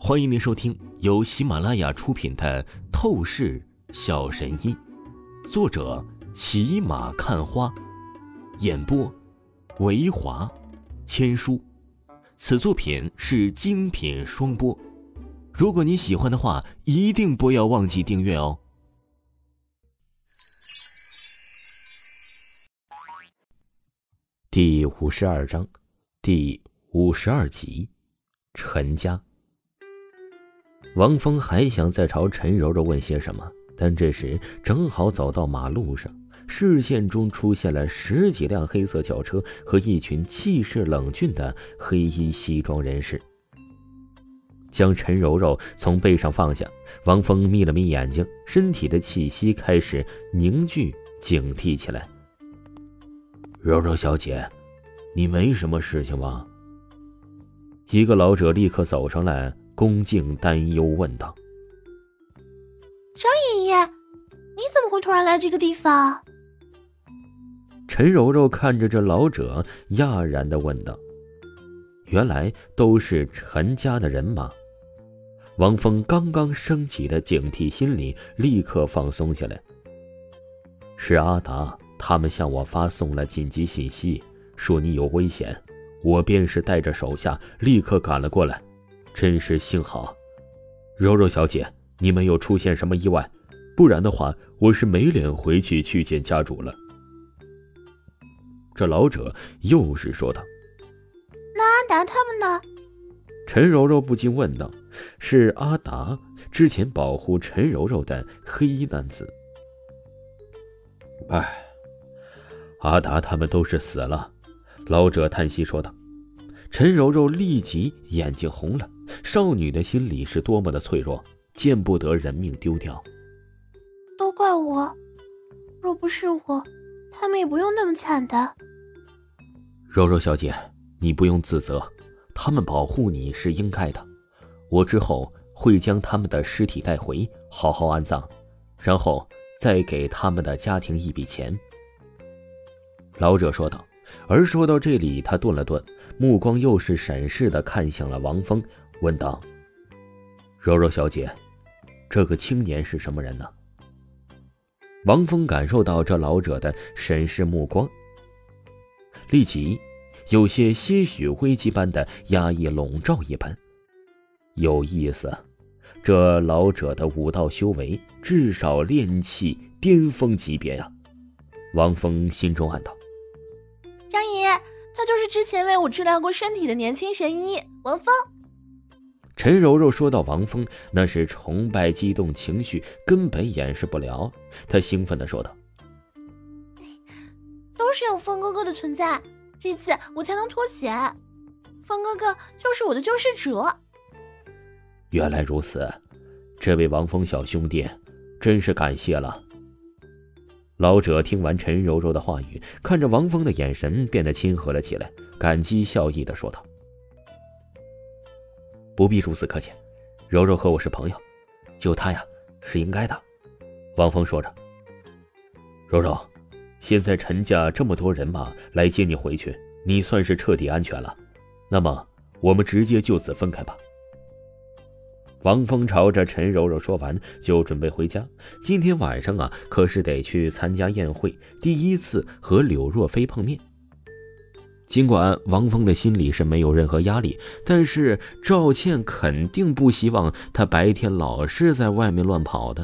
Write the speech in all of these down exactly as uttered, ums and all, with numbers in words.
欢迎您收听由喜马拉雅出品的《透视小神医》，作者骑马看花，演播维华千书。此作品是精品双播。如果你喜欢的话，一定不要忘记订阅哦。第五十二章，第五十二集，陈家。王峰还想再朝陈柔柔问些什么，但这时正好走到马路上，视线中出现了十几辆黑色轿车和一群气势冷峻的黑衣西装人士。将陈柔柔从背上放下，王峰眯了眯眼睛，身体的气息开始凝聚警惕起来。柔柔小姐，你没什么事情吗？一个老者立刻走上来，恭敬担忧问道： 张爷爷，你怎么会突然来这个地方？ 陈柔柔看着这老者，讶然地问道。原来都是陈家的人马。王峰刚刚升起的警惕心理立刻放松下来。是阿达，他们向我发送了紧急信息，说你有危险，我便是带着手下立刻赶了过来，真是幸好。柔柔小姐，你没有出现什么意外，不然的话我是没脸回去去见家主了。这老者又是说道。 那阿达他们呢？ 陈柔柔不禁问道。是阿达，之前保护陈柔柔的黑衣男子。唉，阿达他们都是死了，老者叹息说道。陈柔柔立即眼睛红了，少女的心里是多么的脆弱，见不得人命丢掉。 都怪我，若不是我，他们也不用那么惨的。 柔柔小姐，你不用自责，他们保护你是应该的。我之后会将他们的尸体带回，好好安葬，然后再给他们的家庭一笔钱。老者说道。而说到这里，他顿了顿，目光又是审视地看向了王峰，问道：柔柔小姐，这个青年是什么人呢？王峰感受到这老者的审视目光，立即有些些许危机般的压抑笼罩一般。有意思，这老者的武道修为至少炼气巅峰级别呀！王峰心中暗道。 张爷爷，他就是之前为我治疗过身体的年轻神医王峰。 陈柔柔说到王峰，那是崇拜激动情绪根本掩饰不了，她兴奋地说道。 都是有峰哥哥的存在，这次我才能脱险。峰哥哥就是我的救世主。 原来如此，这位王峰小兄弟，真是感谢了。老者听完陈柔柔的话语，看着王峰的眼神变得亲和了起来，感激笑意地说道：不必如此客气，柔柔和我是朋友，救他呀是应该的。王峰说着。柔柔，现在陈家这么多人马来接你回去，你算是彻底安全了，那么我们直接就此分开吧。王峰朝着陈柔柔说完，就准备回家。今天晚上啊，可是得去参加宴会，第一次和柳若飞碰面。尽管王峰的心里是没有任何压力，但是赵倩肯定不希望他白天老是在外面乱跑的。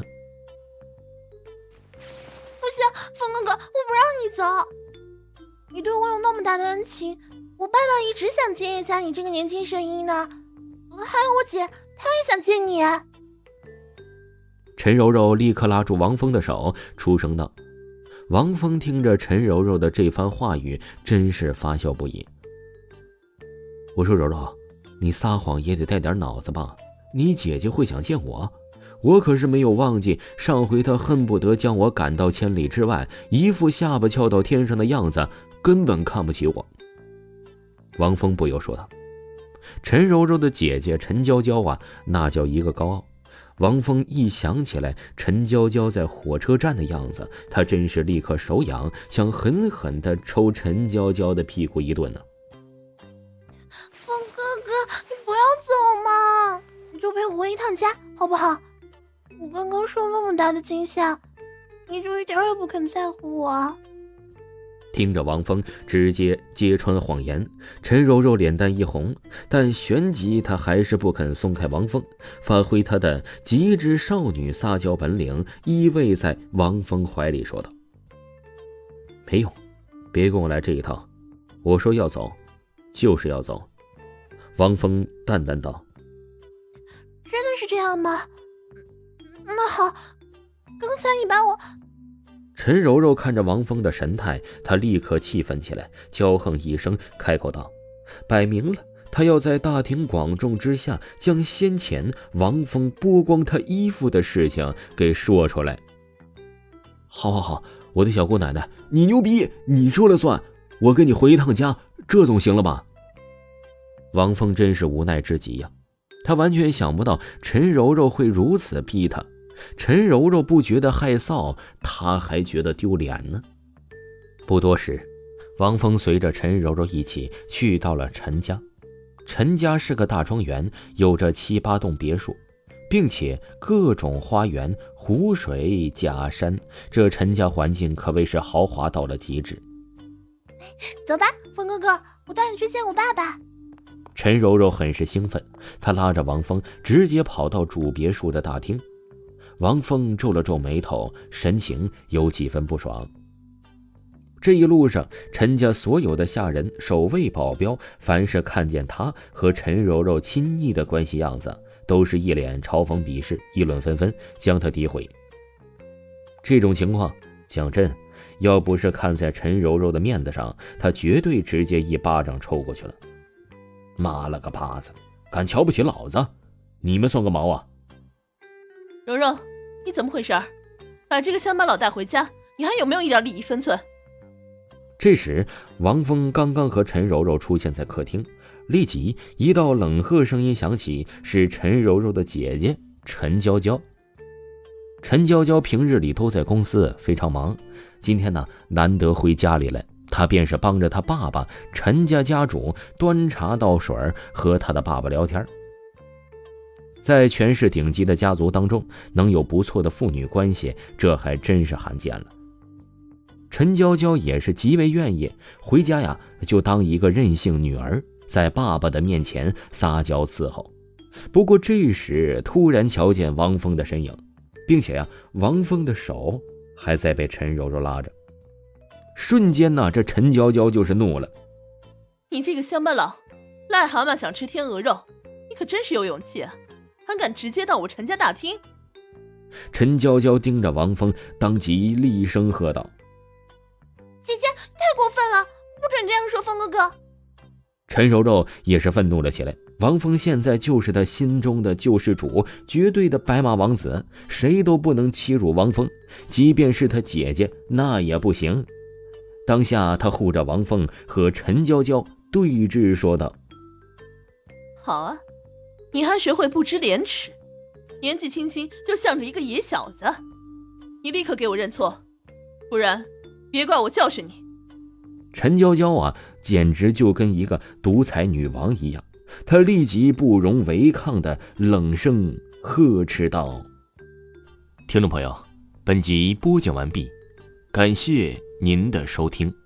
不行，峰哥哥，我不让你走。你对我有那么大的恩情，我爸爸一直想见一下你这个年轻神医呢。还有我姐，她也想见你。 陈柔柔立刻拉住王峰的手，出声道。王峰听着陈柔柔的这番话语，真是发笑不已。我说柔柔，你撒谎也得带点脑子吧，你姐姐会想见我，我可是没有忘记上回她恨不得将我赶到千里之外，一副下巴翘到天上的样子，根本看不起我。王峰不由说道。陈柔柔的姐姐陈娇娇啊，那叫一个高傲。王峰一想起来陈娇娇在火车站的样子，他真是立刻手痒，想狠狠地抽陈娇娇的屁股一顿呢。 峰哥哥，你不要走嘛，你就陪家好不好？我刚刚受那么大的惊吓，你就一点也不肯在乎我。 听着王峰直接揭穿谎言，陈柔柔脸蛋一红，但旋即她还是不肯松开王峰，发挥她的极致少女撒娇本领，依偎在王峰怀里说道：没用，别跟我来这一套，我说要走就是要走。王峰淡淡道： 真的是这样吗？那好，刚才你把我…… 陈柔柔看着王峰的神态，她立刻气愤起来，骄横一声开口道，摆明了她要在大庭广众之下将先前王峰剥光她衣服的事情给说出来。好好好，我的小姑奶奶，你牛逼，你说了算，我跟你回一趟家，这总行了吧？王峰真是无奈之极呀、啊，他完全想不到陈柔柔会如此逼他。陈柔柔不觉得害臊，他还觉得丢脸呢。不多时，王峰随着陈柔柔一起去到了陈家。陈家是个大庄园，有着七八栋别墅，并且各种花园、湖水、假山，这陈家环境可谓是豪华到了极致。 走吧，峰哥哥，我带你去见我爸爸。 陈柔柔很是兴奋，她拉着王峰直接跑到主别墅的大厅。王峰皱了皱眉头，神情有几分不爽。这一路上，陈家所有的下人、守卫、保镖，凡是看见他和陈柔柔亲昵的关系样子，都是一脸嘲讽鄙视，议论纷纷，将他诋毁。这种情况，讲真，要不是看在陈柔柔的面子上，他绝对直接一巴掌抽过去了。妈了个巴子，敢瞧不起老子，你们算个毛啊！ 柔柔，你怎么回事？把这个乡巴佬带回家，你还有没有一点礼仪分寸？ 这时，王峰刚刚和陈柔柔出现在客厅，立即一道冷喝声音响起，是陈柔柔的姐姐陈娇娇。陈娇娇平日里都在公司非常忙，今天呢难得回家里来，她便是帮着她爸爸陈家家主端茶倒水，和她的爸爸聊天。在全市顶级的家族当中，能有不错的父女关系，这还真是罕见了。陈娇娇也是极为愿意回家呀，就当一个任性女儿，在爸爸的面前撒娇伺候。不过这时突然瞧见王峰的身影，并且呀，王峰的手还在被陈柔柔拉着。瞬间呢，这陈娇娇就是怒了： 你这个乡巴佬，癞蛤蟆想吃天鹅肉，你可真是有勇气啊，还敢直接到我陈家大厅！ 陈娇娇盯着王峰，当即厉声喝道： 姐姐太过分了，不准这样说，峰哥哥！ 陈柔柔也是愤怒了起来，王峰现在就是他心中的救世主，绝对的白马王子，谁都不能欺辱王峰，即便是他姐姐那也不行。当下他护着王峰和陈娇娇对峙说道： 好啊，你还学会不知廉耻，年纪轻轻就向着一个野小子，你立刻给我认错，不然别怪我教训你。 陈娇娇啊，简直就跟一个独裁女王一样，她立即不容违抗的冷声呵斥道：听众朋友，本集播讲完毕，感谢您的收听。